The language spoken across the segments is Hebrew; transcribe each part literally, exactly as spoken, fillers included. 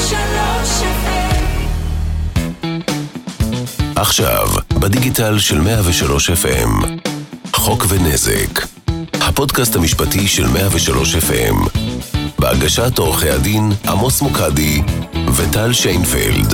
ושלוש אף אם. עכשיו, בדיגיטל של מאה ושלוש אף אם, חוק ונזק, הפודקאסט המשפטי של מאה ושלוש אף אם, בהגשת עורכי הדין עמוס מוקדי וטל שיינפלד.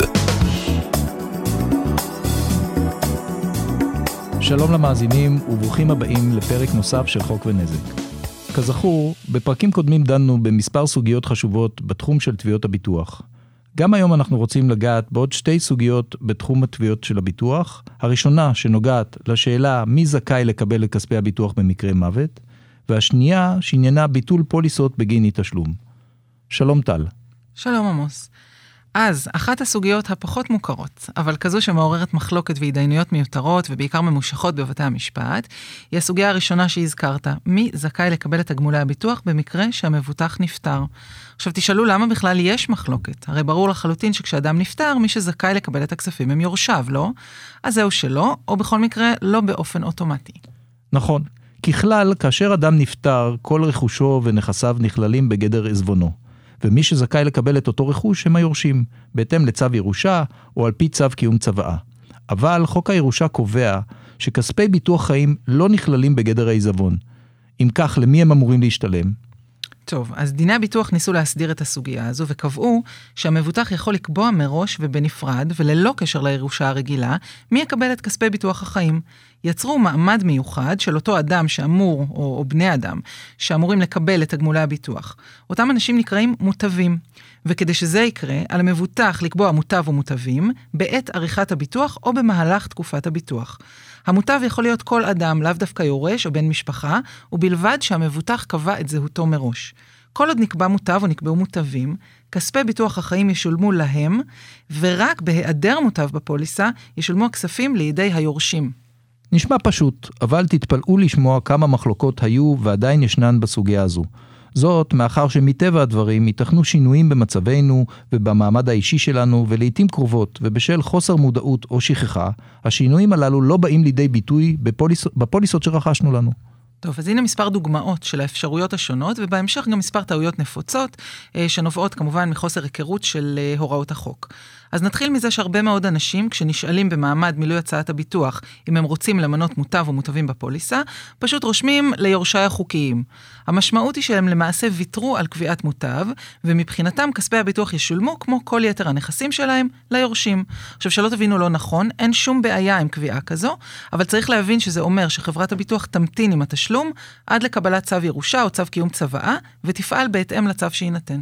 שלום למאזינים וברוכים הבאים לפרק נוסף של חוק ונזק. כזכור, בפרקים קודמים דנו במספר סוגיות חשובות בתחום של תביעות הביטוח. גם היום אנחנו רוצים לגעת בעוד שתי סוגיות בתחום התביעות של הביטוח. הראשונה שנוגעת לשאלה מי זכאי לקבל את כספי הביטוח במקרה מוות, והשנייה שעניינה ביטול פוליסות בגין אי תשלום. שלום טל. שלום עמוס. אז, אחת הסוגיות הפחות מוכרות, אבל כזו שמעוררת מחלוקת והתדיינויות מיותרות ובעיקר ממושכות בבתי המשפט, היא הסוגיה הראשונה שהזכרת, מי זכאי לקבל את תגמולי הביטוח במקרה שהמבוטח נפטר. עכשיו תשאלו למה בכלל יש מחלוקת, הרי ברור לחלוטין שכשאדם נפטר, מי שזכאי לקבל את הכספים הם יורשיו, לא? אז זהו שלא, או בכל מקרה לא באופן אוטומטי. נכון, ככלל, כאשר אדם נפטר, כל רכושו ונכסיו נכללים בגדר עזבונו. ומי שזכאי לקבל את אותו רכוש הם היורשים, בהתאם לצו ירושה או על פי צו קיום צוואה. אבל חוק הירושה קובע שכספי ביטוח חיים לא נכללים בגדר העיזבון. אם כך, למי הם אמורים להשתלם? טוב, אז דיני הביטוח ניסו להסדיר את הסוגיה הזו וקבעו שהמבוטח יכול לקבוע מראש ובנפרד וללא קשר לירושה הרגילה מי יקבל את כספי ביטוח החיים. יצרו מעמד מיוחד של אותו אדם שאמור, או, או בני אדם, שאמורים לקבל את תגמולי הביטוח. אותם אנשים נקראים מוטבים, וכדי שזה יקרה, על המבוטח לקבוע מוטב ומוטבים בעת עריכת הביטוח או במהלך תקופת הביטוח. המוטב יכול להיות כל אדם, לאו דווקא יורש או בן משפחה, ובלבד שהמבוטח קבע את זהותו מראש. כל עוד נקבע מוטב או נקבעו מוטבים, כספי ביטוח החיים ישולמו להם, ורק בהיעדר מוטב בפוליסה ישולמו הכספים לידי היורשים. נשמע פשוט, אבל תתפלאו לשמוע כמה מחלוקות היו ועדיין ישנן בסוגיה הזו. זאת מאחר שמטבע הדברים ייתכנו שינויים במצבנו ובמעמד האישי שלנו ולעיתים קרובות, ובשל חוסר מודעות או שכחה, השינויים הללו לא באים לידי ביטוי בפוליס... בפוליסות שרכשנו לנו. טוב, אז הנה מספר דוגמאות של האפשרויות השונות, ובהמשך גם מספר טעויות נפוצות, שנובעות כמובן מחוסר היכרות של הוראות החוק. אז נתחיל מזה שהרבה מאוד אנשים, כשנשאלים במעמד מילוי הצעת הביטוח, אם הם רוצים למנות מוטב או מוטבים בפוליסה, פשוט רושמים ליורשי החוקיים. המשמעות היא שהם למעשה ויתרו על קביעת מוטב, ומבחינתם כספי הביטוח ישולמו, כמו כל יתר הנכסים שלהם, ליורשים. עכשיו, שלא תבינו לא נכון, אין שום בעיה עם קביעה כזו, אבל צריך להבין שזה אומר שחברת הביטוח תמתין עם התשלום, עד לקבלת צו ירושה או צו קיום צוואה, ותפעל בהתאם לצו שיינתן.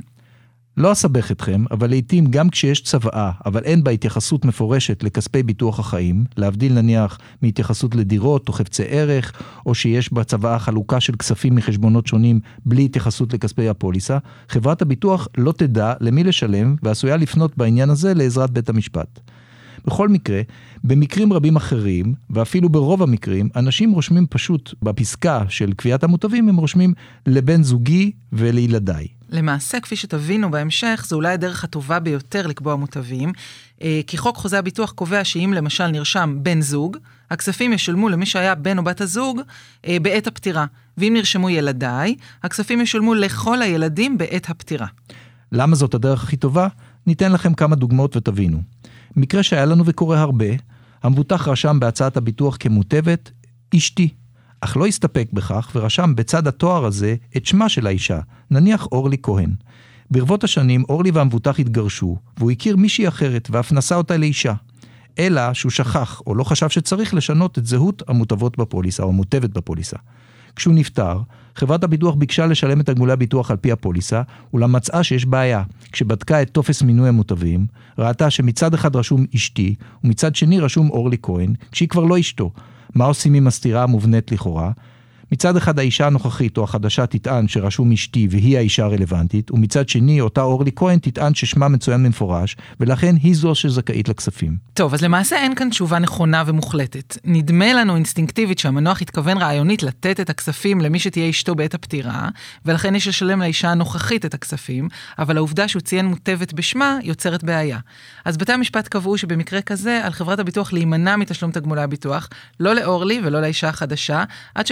לא אסבך אתכם, אבל לעתים גם כשיש צוואה, אבל אין בה התייחסות מפורשת לכספי ביטוח החיים, להבדיל נניח מהתייחסות לדירות או חפצי ערך, או שיש בה צוואה חלוקה של כספים מחשבונות שונים בלי התייחסות לכספי הפוליסה, חברת הביטוח לא תדע למי לשלם ועשויה לפנות בעניין הזה לעזרת בית המשפט. בכל מקרה, במקרים רבים אחרים, ואפילו ברוב המקרים, אנשים רושמים פשוט בפסקה של קביעת המוטבים, הם רושמים לבן זוגי ולילדיי. למעשה, כפי שתבינו בהמשך, זו אולי הדרך הטובה ביותר לקבוע מוטבים, כי חוק חוזה הביטוח קובע שאם למשל נרשם בן זוג, הכספים ישולמו למי שהיה בן או בת הזוג בעת הפטירה. ואם נרשמו ילדיי, הכספים ישולמו לכל הילדים בעת הפטירה. למה זאת הדרך הכי טובה? ניתן לכם כמה דוגמאות ותבינו. מקרה שהיה לנו וקורה הרבה, המבוטח רשם בהצעת הביטוח כמוטבת אשתי, אך לא הסתפק בכך ורשם בצד התואר הזה את שמה של האישה, נניח אורלי כהן. ברבות השנים אורלי והמבוטח התגרשו, והוא הכיר מישהי אחרת ואף נשא אותה לאישה. אלא שהוא שכח או לא חשב שצריך לשנות את זהות המוטבות בפוליסה או המוטבת בפוליסה. כשהוא נפטר, חברת הביטוח ביקשה לשלם את תגמולי הביטוח על פי הפוליסה, אולם מצאה שיש בעיה. כשבדקה את טופס מינוי המוטבים, ראתה שמצד אחד רשום אשתי, ומצד שני רשום אורלי כהן, כשהיא כבר לא אשתו. מה עושים עם הסתירה המובנית לכאורה? מצד אחד האישה הנוכחית או החדשה תטען שרשום אשתי והיא האישה הרלוונטית, ומצד שני אותה אורלי כהן תטען ששמה מצוין במפורש, ולכן היא זו שזכאית לכספים. טוב, אז למעשה אין כאן תשובה נכונה ומוחלטת. נדמה לנו אינסטינקטיבית שהמנוח התכוון רעיונית לתת את הכספים למי שתהיה אשתו בעת הפטירה, ולכן יש לשלם לאישה הנוכחית את הכספים, אבל העובדה שהוא ציין מוטבת בשמה יוצרת בעיה. אז בתי המשפט קבעו שבמקרה כזה על חברת הביטוח להימנע מתשלום תגמולי הביטוח, לא לאורלי ולא לאישה החדשה, עד שבעצם העניין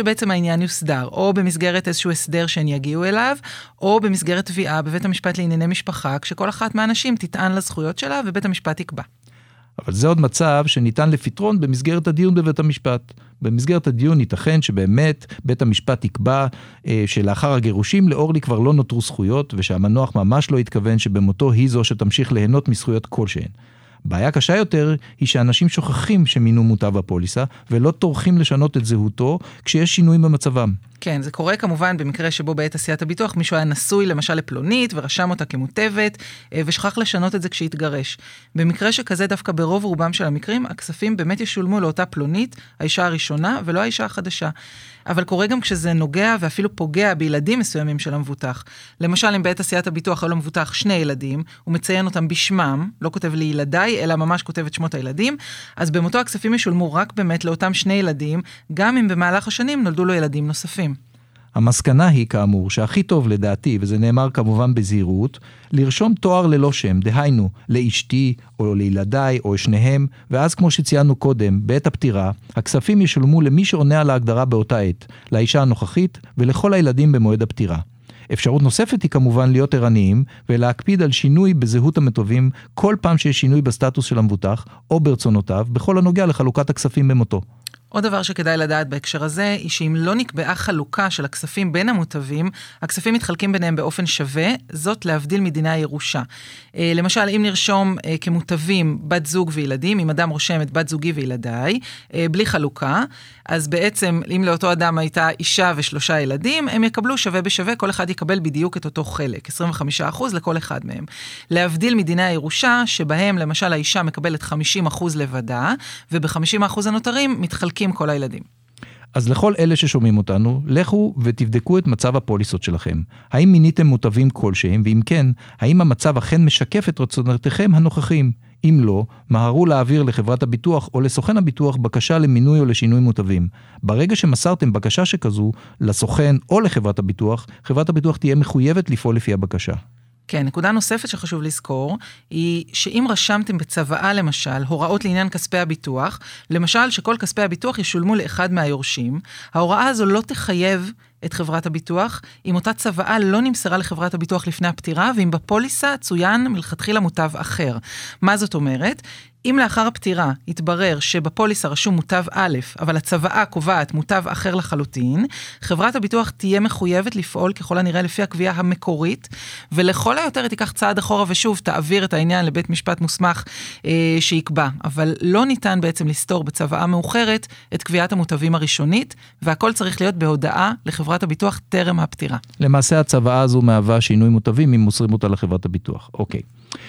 העניין יוסדר, או במסגרת איזשהו הסדר שהן יגיעו אליו, או במסגרת תביעה בבית המשפט לענייני משפחה, כשכל אחת מהאנשים תטען לזכויות שלה ובית המשפט יקבע. אבל זה עוד מצב שניתן לפתרון במסגרת הדיון בבית המשפט. במסגרת הדיון ייתכן שבאמת בית המשפט יקבע אה, שלאחר הגירושים לאורלי כבר לא נותרו זכויות, ושהמנוח ממש לא התכוון שבמותו היא זו שתמשיך ליהנות מזכויות כלשהן. בעיה קשה יותר היא שאנשים שוכחים שמינו מוטב בפוליסה, ולא טורחים לשנות את זהותו כשיש שינויים במצבם. כן, זה קורה כמובן במקרה שבו בעת עשיית הביטוח מישהו היה נשוי למשל לפלונית ורשם אותה כמוטבת ושכח לשנות את זה כשהתגרש. במקרה שכזה דווקא ברוב רובם של המקרים הכספים באמת ישולמו לאותה פלונית, האישה הראשונה ולא האישה החדשה. אבל קורה גם כשזה נוגע ואפילו פוגע בילדים מסוימים של המבוטח. למשל אם בעת עשיית הביטוח היה לו מבוטח שני ילדים, הוא מציין אותם בשמם, לא כותב לי ילדיי אלא ממש כותב את שמות הילדים, אז במותו הכספים ישולמו רק באמת לאותם שני ילדים, גם אם במהלך השנים נולדו לו ילדים נוספים. המסקנה היא כאמור שהכי טוב לדעתי, וזה נאמר כמובן בזהירות, לרשום תואר ללא שם, דהיינו לאשתי או לילדיי או שניהם, ואז כמו שציינו קודם, בעת הפטירה, הכספים ישולמו למי שעונה על ההגדרה באותה עת, לאישה הנוכחית ולכל הילדים במועד הפטירה. אפשרות נוספת היא כמובן להיות ערניים ולהקפיד על שינוי בזהות המטובים כל פעם שיש שינוי בסטטוס של המבוטח או ברצונותיו, בכל הנוגע לחלוקת הכספים במותו. עוד דבר שכדאי לדעת בהקשר הזה, היא שאם לא נקבעה חלוקה של הכספים בין המוטבים, הכספים מתחלקים ביניהם באופן שווה, זאת להבדיל מדיני הירושה. למשל, אם נרשום כמוטבים בת זוג וילדים, אם אדם רושם את בת זוגי וילדיי, בלי חלוקה, אז בעצם אם לאותו אדם הייתה אישה ושלושה ילדים, הם יקבלו שווה בשווה, כל אחד יקבל בדיוק את אותו חלק, עשרים וחמישה אחוז לכל אחד מהם. להבדיל מדיני הירושה, שבהם למשל האישה מקבלת חמישים אחוז לבדה, וב-חמישים אחוז הנותרים מתחלקים כל הילדים. אז לכל אלה ששומעים אותנו, לכו ותבדקו את מצב הפוליסות שלכם. האם מיניתם מוטבים כלשהם, ואם כן, האם המצב אכן משקף את רצונותיכם הנוכחים? אם לא, מהרו להעביר לחברת הביטוח או לסוכן הביטוח בקשה למינוי או לשינוי מוטבים. ברגע שמסרתם בקשה שכזו לסוכן או לחברת הביטוח, חברת הביטוח תהיה מחויבת לפעול לפי הבקשה. כן, נקודה נוספת שחשוב לזכור, היא שאם רשמתם בצוואה למשל, הוראות לעניין כספי הביטוח, למשל שכל כספי הביטוח ישולמו לאחד מהיורשים, ההוראה הזו לא תחייב את חברת הביטוח, אם אותה צוואה לא נמסרה לחברת הביטוח לפני הפטירה, ואם בפוליסה צוין מלכתחילה מוטב אחר. מה זאת אומרת? אם לאחר הפטירה יתברר שבפוליסה רשום מוטב א', אבל הצוואה קובעת מוטב אחר לחלוטין, חברת הביטוח תהיה מחויבת לפעול ככל הנראה לפי הקביעה המקורית, ולכל היותר תיקח צעד אחורה ושוב תעביר את העניין לבית משפט מוסמך אה, שיקבע. אבל לא ניתן בעצם לסתור בצוואה מאוחרת את קביעת המוטבים הראשונית, והכל צריך להיות בהודעה לחברת הביטוח טרם הפטירה. למעשה הצוואה הזו מהווה שינוי מוטבים אם מוסרים אותה לחברת הביטוח. אוקיי.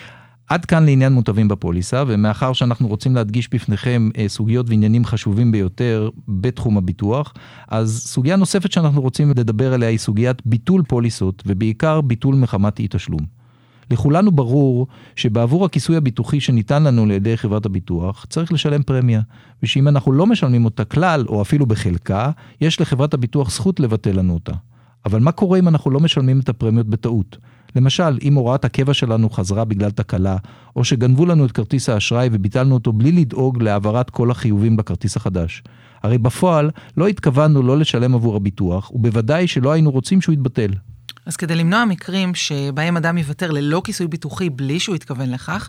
עד כאן לעניין מוטבים בפוליסה, ומאחר שאנחנו רוצים להדגיש בפניכם אה, סוגיות ועניינים חשובים ביותר בתחום הביטוח, אז סוגיה נוספת שאנחנו רוצים לדבר עליה היא סוגיית ביטול פוליסות, ובעיקר ביטול מחמת אי תשלום. לכולנו ברור שבעבור הכיסוי הביטוחי שניתן לנו לידי חברת הביטוח, צריך לשלם פרמיה, ושאם אנחנו לא משלמים אותה כלל, או אפילו בחלקה, יש לחברת הביטוח זכות לבטל לנו אותה. אבל מה קורה אם אנחנו לא משלמים את הפרמיות בטעות? למשל, אם הוראת הקבע שלנו חזרה בגלל תקלה, או שגנבו לנו את כרטיס האשראי וביטלנו אותו בלי לדאוג להעברת כל החיובים בכרטיס החדש. הרי בפועל לא התכוונו לא לשלם עבור הביטוח, ובוודאי שלא היינו רוצים שהוא יתבטל. אז כדי למנוע מקרים שבהם אדם יוותר ללא כיסוי ביטוחי בלי שהוא יתכוון לכך,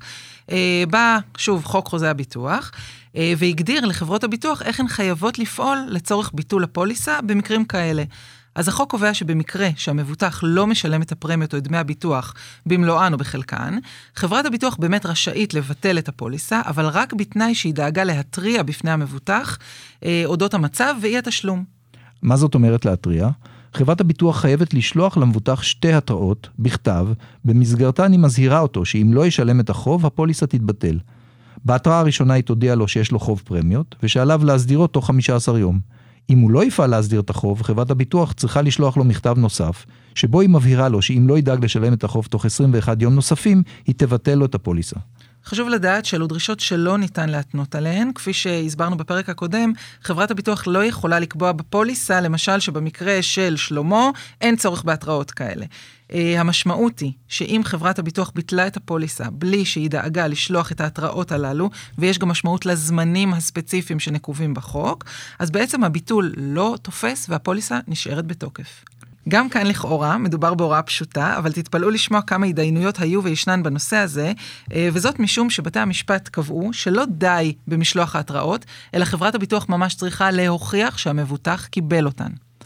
בא שוב חוק חוזה הביטוח, והגדיר לחברות הביטוח איך הן חייבות לפעול לצורך ביטול הפוליסה במקרים כאלה. אז החוק קובע שבמקרה שהמבוטח לא משלם את הפרמיות או את דמי הביטוח במלואן או בחלקן, חברת הביטוח באמת רשאית לבטל את הפוליסה, אבל רק בתנאי שהיא דאגה להתריע בפני המבוטח אה, אודות המצב ואי התשלום. מה זאת אומרת להתריע? חברת הביטוח חייבת לשלוח למבוטח שתי התראות בכתב, במסגרתן היא מזהירה אותו שאם לא ישלם את החוב, הפוליסה תתבטל. בהתראה הראשונה היא תודיע לו שיש לו חוב פרמיות, ושעליו להסדירו תוך חמישה עשר יום. אם הוא לא יפעל להסדיר את החוב, חברת הביטוח צריכה לשלוח לו מכתב נוסף, שבו היא מבהירה לו שאם לא ידאג לשלם את החוב תוך עשרים ואחד יום נוספים, היא תבטל לו את הפוליסה. חשוב לדעת שאלו דרישות שלא ניתן להתנות עליהן, כפי שהסברנו בפרק הקודם, חברת הביטוח לא יכולה לקבוע בפוליסה, למשל שבמקרה של שלמה, אין צורך בהתראות כאלה. המשמעות היא שאם חברת הביטוח ביטלה את הפוליסה, בלי שהיא דאגה לשלוח את ההתראות הללו, ויש גם משמעות לזמנים הספציפיים שנקובים בחוק, אז בעצם הביטול לא תופס והפוליסה נשארת בתוקף. גם כאן לכאורה, מדובר בהוראה פשוטה, אבל תתפלאו לשמוע כמה התדיינויות היו וישנן בנושא הזה, וזאת משום שבתי המשפט קבעו שלא די במשלוח ההתראות, אלא חברת הביטוח ממש צריכה להוכיח שהמבוטח קיבל אותן.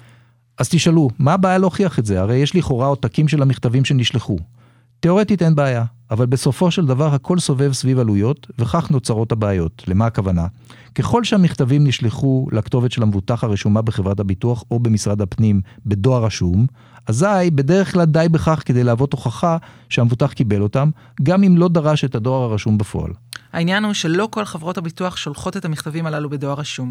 אז תשאלו, מה הבעיה להוכיח את זה? הרי יש לכאורה עותקים של המכתבים שנשלחו. תיאורטית אין בעיה, אבל בסופו של דבר הכל סובב סביב עלויות, וכך נוצרות הבעיות. למה הכוונה? ככל שהמכתבים נשלחו לכתובת של המבוטח הרשומה בחברת הביטוח או במשרד הפנים בדואר רשום, אזי בדרך כלל די בכך כדי להוות הוכחה שהמבוטח קיבל אותם, גם אם לא דרש את הדואר הרשום בפועל. העניין הוא שלא כל חברות הביטוח שולחות את המכתבים הללו בדואר רשום.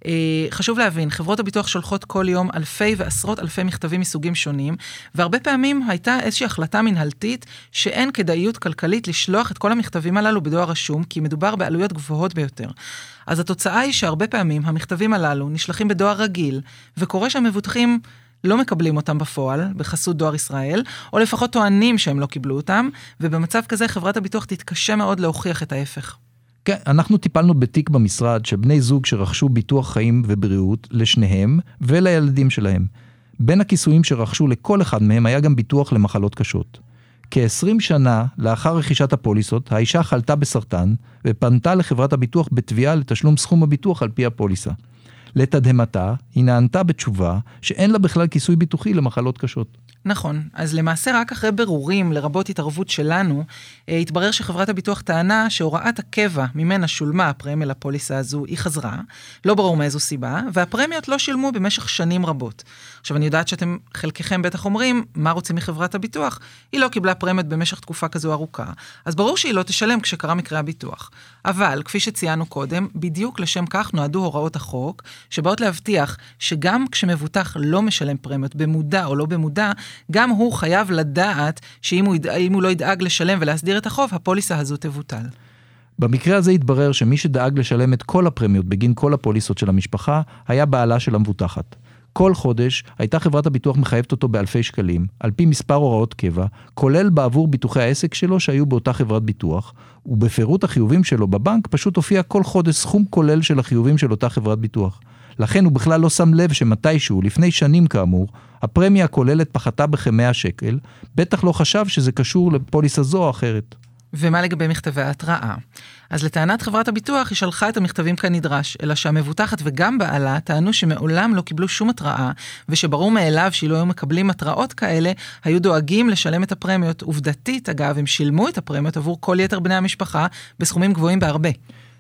חשוב להבין, חברות הביטוח שולחות כל יום אלפי ועשרות אלפי מכתבים מסוגים שונים, והרבה פעמים הייתה איזושהי החלטה מנהלתית שאין כדאיות כלכלית לשלוח את כל המכתבים הללו בדואר רשום, כי מדובר בעלויות גבוהות ביותר. אז התוצאה היא שהרבה פעמים המכתבים הללו נשלחים בדואר רגיל, וקורה שהמבוטחים לא מקבלים אותם בפועל, בחסות דואר ישראל, או לפחות טוענים שהם לא קיבלו אותם, ובמצב כזה חברת הביטוח תתקשה מאוד להוכיח את ההפך. כן, אנחנו טיפלנו בתיק במשרד שבני זוג שרכשו ביטוח חיים ובריאות לשניהם ולילדים שלהם. בין הכיסויים שרכשו לכל אחד מהם היה גם ביטוח למחלות קשות. כ-עשרים שנה לאחר רכישת הפוליסות, האישה חלתה בסרטן ופנתה לחברת הביטוח בתביעה לתשלום סכום הביטוח על פי הפוליסה. לתדהמתה, היא נענתה בתשובה שאין לה בכלל כיסוי ביטוחי למחלות קשות. נכון, אז למעשה רק אחרי ברורים לרבות התערבות שלנו, התברר שחברת הביטוח טענה שהוראת הקבע ממנה שולמה הפרמיה לפוליסה הזו היא חזרה, לא ברור מאיזו סיבה, והפרמיות לא שילמו במשך שנים רבות. עכשיו אני יודעת שאתם חלקכם בטח אומרים, מה רוצים מחברת הביטוח? היא לא קיבלה פרמיות במשך תקופה כזו ארוכה, אז ברור שהיא לא תשלם כשקרה מקרה הביטוח. אבל, כפי שציינו קודם, בדיוק לשם כך נועדו הוראות החוק, שבאות להבטיח שגם כשמבוטח לא משלם פרמיות במודע או לא במודע, גם הוא חייב לדעת שאם הוא, ידע, הוא לא ידאג לשלם ולהסדיר את החוב, הפוליסה הזו תבוטל. במקרה הזה התברר שמי שדאג לשלם את כל הפרמיות בגין כל הפוליסות של המשפחה, היה בעלה של המבוטחת. כל חודש הייתה חברת הביטוח מחייבת אותו באלפי שקלים, על פי מספר הוראות קבע, כולל בעבור ביטוחי העסק שלו שהיו באותה חברת ביטוח, ובפירוט החיובים שלו בבנק פשוט הופיע כל חודש סכום כולל של החיובים של אותה חברת ביטוח. לכן הוא בכלל לא שם לב שמתישהו, לפני שנים כאמור, הפרמיה הכוללת פחתה בכ-מאה שקל, בטח לא חשב שזה קשור לפוליסה זו או אחרת. ומה לגבי מכתבי ההתראה? אז לטענת חברת הביטוח היא שלחה את המכתבים כנדרש, אלא שהמבוטחת וגם בעלה טענו שמעולם לא קיבלו שום התראה, ושברור מאליו שאילו היו מקבלים התראות כאלה, היו דואגים לשלם את הפרמיות. עובדתית, אגב, הם שילמו את הפרמיות עבור כל יתר בני המשפחה בסכומים גבוהים בהרבה.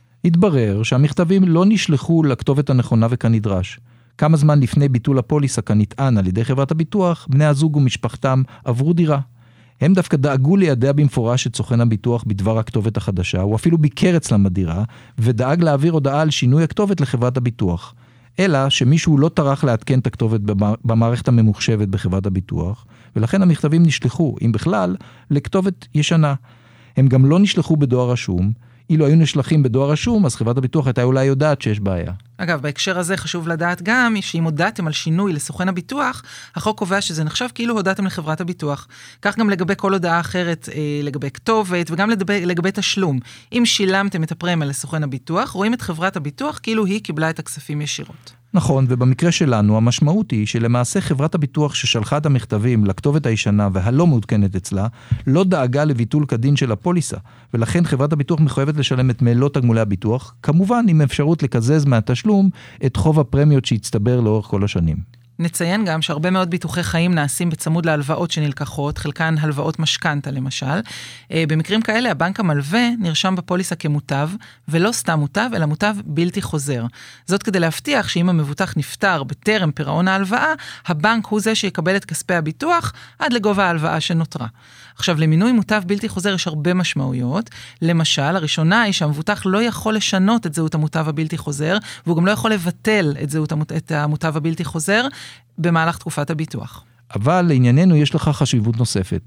התברר שהמכתבים לא נשלחו לכתובת הנכונה וכנדרש. כמה זמן לפני ביטול הפוליסה כנטען על ידי חברת הביטוח, בני הזוג ומשפחתם עברו דירה. הם דווקא דאגו לידע במפורש את סוכן הביטוח בדבר הכתובת החדשה, הוא אפילו ביקר אצלם בדירה, ודאג להעביר הודעה על שינוי הכתובת לחברת הביטוח. אלא שמישהו לא טרח לעדכן את הכתובת במערכת הממוחשבת בחברת הביטוח, ולכן המכתבים נשלחו, אם בכלל, לכתובת ישנה. הם גם לא נשלחו בדואר רשום, אילו היו נשלחים בדואר רשום, אז חברת הביטוח הייתה אולי יודעת שיש בעיה. אגב, בהקשר הזה חשוב לדעת גם שאם הודעתם על שינוי לסוכן הביטוח, החוק קובע שזה נחשב כאילו הודעתם לחברת הביטוח. כך גם לגבי כל הודעה אחרת, אה, לגבי כתובת וגם לגבי, לגבי תשלום. אם שילמתם את הפרמיה לסוכן הביטוח, רואים את חברת הביטוח כאילו היא קיבלה את הכספים ישירות. נכון, ובמקרה שלנו המשמעות היא שלמעשה חברת הביטוח ששלחה את המכתבים לכתובת הישנה והלא מעודכנת אצלה, לא דאגה לביטול כדין של הפוליסה, ולכן חברת הביטוח מחויבת לשלם את מלוא תגמולי הביטוח, כמובן עם אפשרות לקזז מהתשלום את חוב הפרמיות שהצטבר לאורך כל השנים. נציין גם שהרבה מאוד ביטוחי חיים נעשים בצמוד להלוואות שנלקחות, חלקן הלוואות משכנתה למשל. במקרים כאלה הבנק המלווה נרשם בפוליסה כמוטב, ולא סתם מוטב, אלא מוטב בלתי חוזר. זאת כדי להבטיח שאם המבוטח נפטר בטרם פירעון ההלוואה, הבנק הוא זה שיקבל את כספי הביטוח עד לגובה ההלוואה שנותרה. עכשיו, למינוי מוטב בלתי חוזר יש הרבה משמעויות. למשל, הראשונה היא שהמבוטח לא יכול לשנות את זהות המוטב הבלתי חוזר, והוא גם לא יכול לבטל את זהות המוט... את המוטב הבלתי חוזר במהלך תקופת הביטוח. אבל לענייננו יש לך חשיבות נוספת.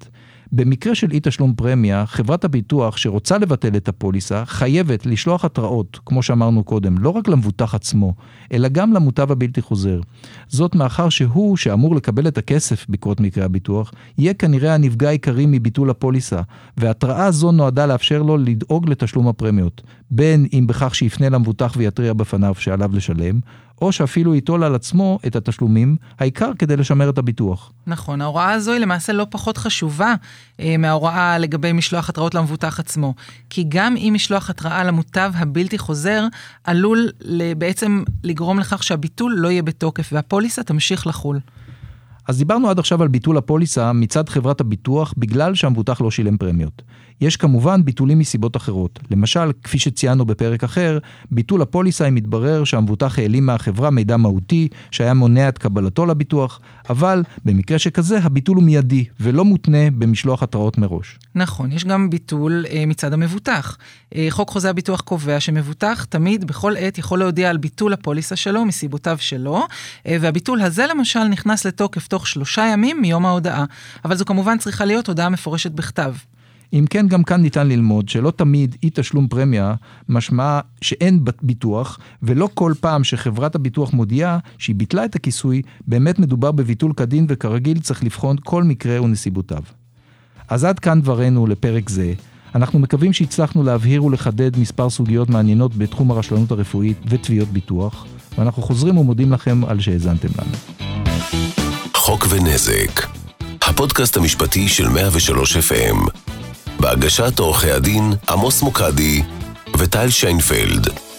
במקרה של אי תשלום פרמיה, חברת הביטוח שרוצה לבטל את הפוליסה, חייבת לשלוח התראות, כמו שאמרנו קודם, לא רק למבוטח עצמו, אלא גם למוטב הבלתי חוזר. זאת מאחר שהוא, שאמור לקבל את הכסף בקרות מקרה הביטוח, יהיה כנראה הנפגע העיקרי מביטול הפוליסה, וההתראה זו נועדה לאפשר לו לדאוג לתשלום הפרמיות, בין אם בכך שיפנה למבוטח ויתריע בפניו שעליו לשלם, או שאפילו ייטול על עצמו את התשלומים, העיקר כדי לשמר את הביטוח. נכון, ההוראה הזו היא למעשה לא פחות חשובה אה, מההוראה לגבי משלוח התראות למבוטח עצמו, כי גם אם משלוח התראה למוטב הבלתי חוזר, עלול בעצם לגרום לכך שהביטול לא יהיה בתוקף, והפוליסה תמשיך לחול. אז דיברנו עד עכשיו על ביטול הפוליסה מצד חברת הביטוח בגלל שהמבוטח לא שילם פרמיות. יש כמובן ביטולים מסיבות אחרות. למשל, כפי שציינו בפרק אחר, ביטול הפוליסה אם מתברר שהמבוטח העלים מהחברה מידע מהותי שהיה מונע את קבלתו לביטוח, אבל במקרה שכזה הביטול הוא מיידי ולא מותנה במשלוח התראות מראש. נכון, יש גם ביטול אה, מצד המבוטח. אה, חוק חוזה הביטוח קובע שמבוטח תמיד בכל עת יכול להודיע על ביטול הפוליסה שלו מסיבותיו שלו, אה, והביטול הזה למשל נכנס לתוקף תוך שלושה ימים מיום ההודעה, אבל זו כמובן צריכה להיות הודעה מפורשת בכתב. אם כן, גם כאן ניתן ללמוד שלא תמיד אי תשלום פרמיה משמע שאין ביטוח, ולא כל פעם שחברת הביטוח מודיעה שהיא ביטלה את הכיסוי, באמת מדובר בביטול כדין, וכרגיל צריך לבחון כל מקרה ונסיבותיו. אז עד כאן דברנו לפרק זה. אנחנו מקווים שהצלחנו להבהיר ולחדד מספר סוגיות מעניינות בתחום הרשלנות הרפואית ותביעות ביטוח, ואנחנו חוזרים ומודים לכם על שהאזנתם לנו. חוק ונזק, הפודקאסט המשפטי של מאה ושלוש אף אם, בהגשת עורכי הדין עמוס מוקדי וטל שיינפלד.